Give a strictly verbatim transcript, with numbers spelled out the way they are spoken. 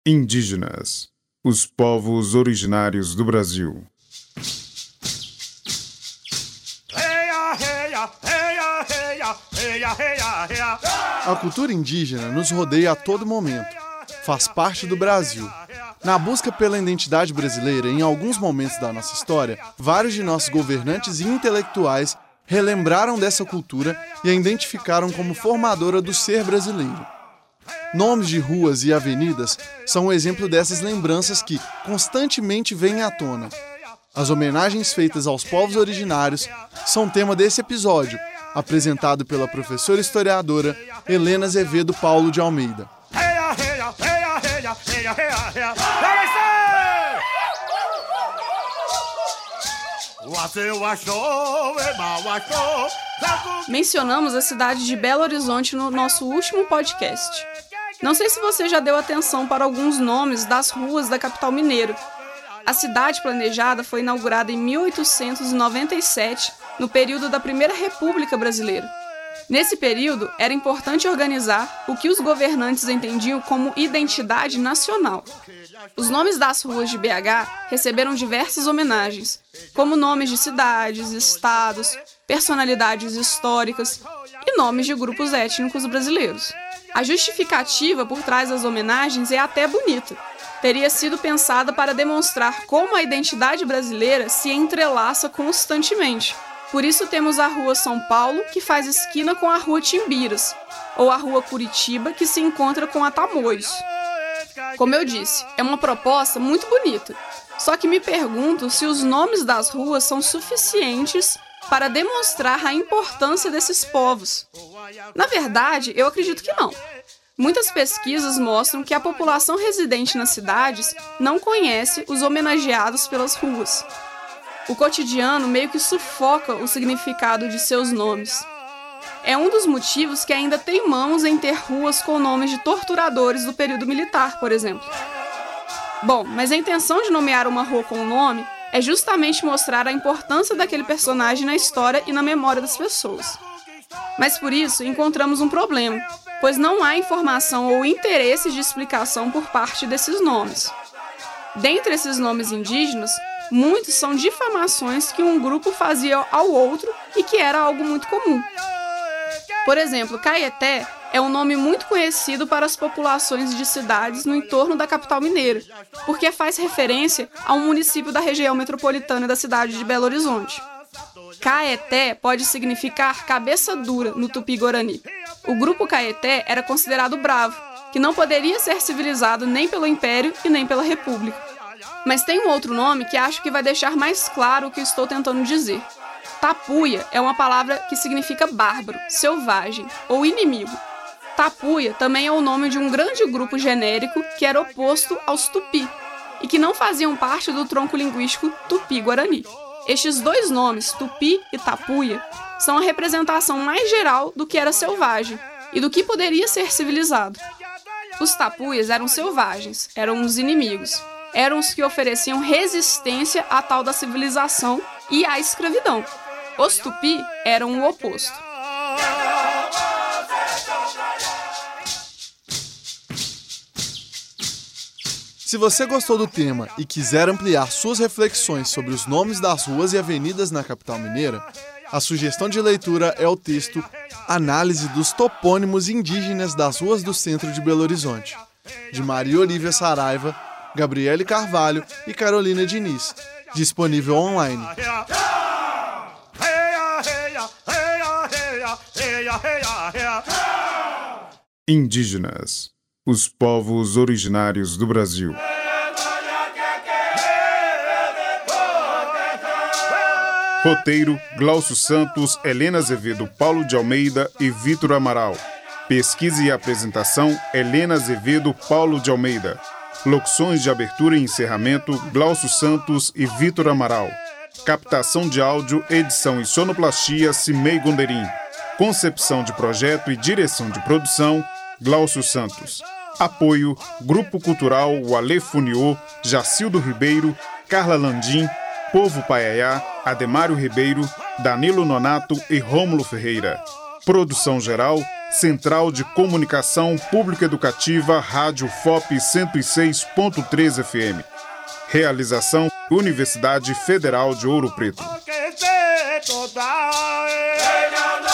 Indígenas, os povos originários do Brasil. A cultura indígena nos rodeia a todo momento. Faz parte do Brasil. Na busca pela identidade brasileira, em alguns momentos da nossa história, vários de nossos governantes e intelectuais relembraram dessa cultura e a identificaram como formadora do ser brasileiro. Nomes de ruas e avenidas são um exemplo dessas lembranças que constantemente vêm à tona. As homenagens feitas aos povos originários são tema desse episódio, apresentado pela professora historiadora Helena Azevedo Paulo de Almeida. Mencionamos a cidade de Belo Horizonte no nosso último podcast. Não sei se você já deu atenção para alguns nomes das ruas da capital mineira. A cidade planejada foi inaugurada em mil oitocentos e noventa e sete, no período da Primeira República Brasileira. Nesse período, era importante organizar o que os governantes entendiam como identidade nacional. Os nomes das ruas de B H receberam diversas homenagens, como nomes de cidades, estados, personalidades históricas e nomes de grupos étnicos brasileiros. A justificativa por trás das homenagens é até bonita. Teria sido pensada para demonstrar como a identidade brasileira se entrelaça constantemente. Por isso temos a Rua São Paulo, que faz esquina com a Rua Timbiras, ou a Rua Curitiba, que se encontra com a Tamoios. Como eu disse, é uma proposta muito bonita. Só que me pergunto se os nomes das ruas são suficientes para demonstrar a importância desses povos. Na verdade, eu acredito que não. Muitas pesquisas mostram que a população residente nas cidades não conhece os homenageados pelas ruas. O cotidiano meio que sufoca o significado de seus nomes. É um dos motivos que ainda teimamos em ter ruas com nomes de torturadores do período militar, por exemplo. Bom, mas a intenção de nomear uma rua com um nome é justamente mostrar a importância daquele personagem na história e na memória das pessoas. Mas por isso encontramos um problema, pois não há informação ou interesse de explicação por parte desses nomes. Dentre esses nomes indígenas, muitos são difamações que um grupo fazia ao outro e que era algo muito comum. Por exemplo, Caeté é um nome muito conhecido para as populações de cidades no entorno da capital mineira, porque faz referência a um município da região metropolitana da cidade de Belo Horizonte. Caeté pode significar cabeça dura no Tupi-Guarani. O grupo Caeté era considerado bravo, que não poderia ser civilizado nem pelo Império e nem pela República. Mas tem um outro nome que acho que vai deixar mais claro o que estou tentando dizer. Tapuia é uma palavra que significa bárbaro, selvagem ou inimigo. Tapuia também é o nome de um grande grupo genérico que era oposto aos Tupi e que não faziam parte do tronco linguístico Tupi-Guarani. Estes dois nomes, Tupi e Tapuia, são a representação mais geral do que era selvagem e do que poderia ser civilizado. Os Tapuias eram selvagens, eram os inimigos, eram os que ofereciam resistência à tal da civilização e à escravidão. Os Tupi eram o oposto. Se você gostou do tema e quiser ampliar suas reflexões sobre os nomes das ruas e avenidas na capital mineira, a sugestão de leitura é o texto Análise dos topônimos indígenas das ruas do centro de Belo Horizonte, de Maria Olívia Saraiva, Gabriele Carvalho e Carolina Diniz, disponível online. Indígenas, os povos originários do Brasil. Roteiro: Glaucio Santos, Helena Azevedo Paulo de Almeida e Vitor Amaral. Pesquisa e apresentação: Helena Azevedo Paulo de Almeida. Locuções de abertura e encerramento: Glaucio Santos e Vitor Amaral. Captação de áudio, edição e sonoplastia: Cimei Gonderim. Concepção de projeto e direção de produção: Glaucio Santos. Apoio: Grupo Cultural Ualê Funiô, Jacildo Ribeiro, Carla Landim, Povo Paiaiá, Ademário Ribeiro, Danilo Nonato e Rômulo Ferreira. Produção geral: Central de Comunicação Pública Educativa, Rádio F O P cento e seis ponto três F M. Realização Universidade Federal de Ouro Preto.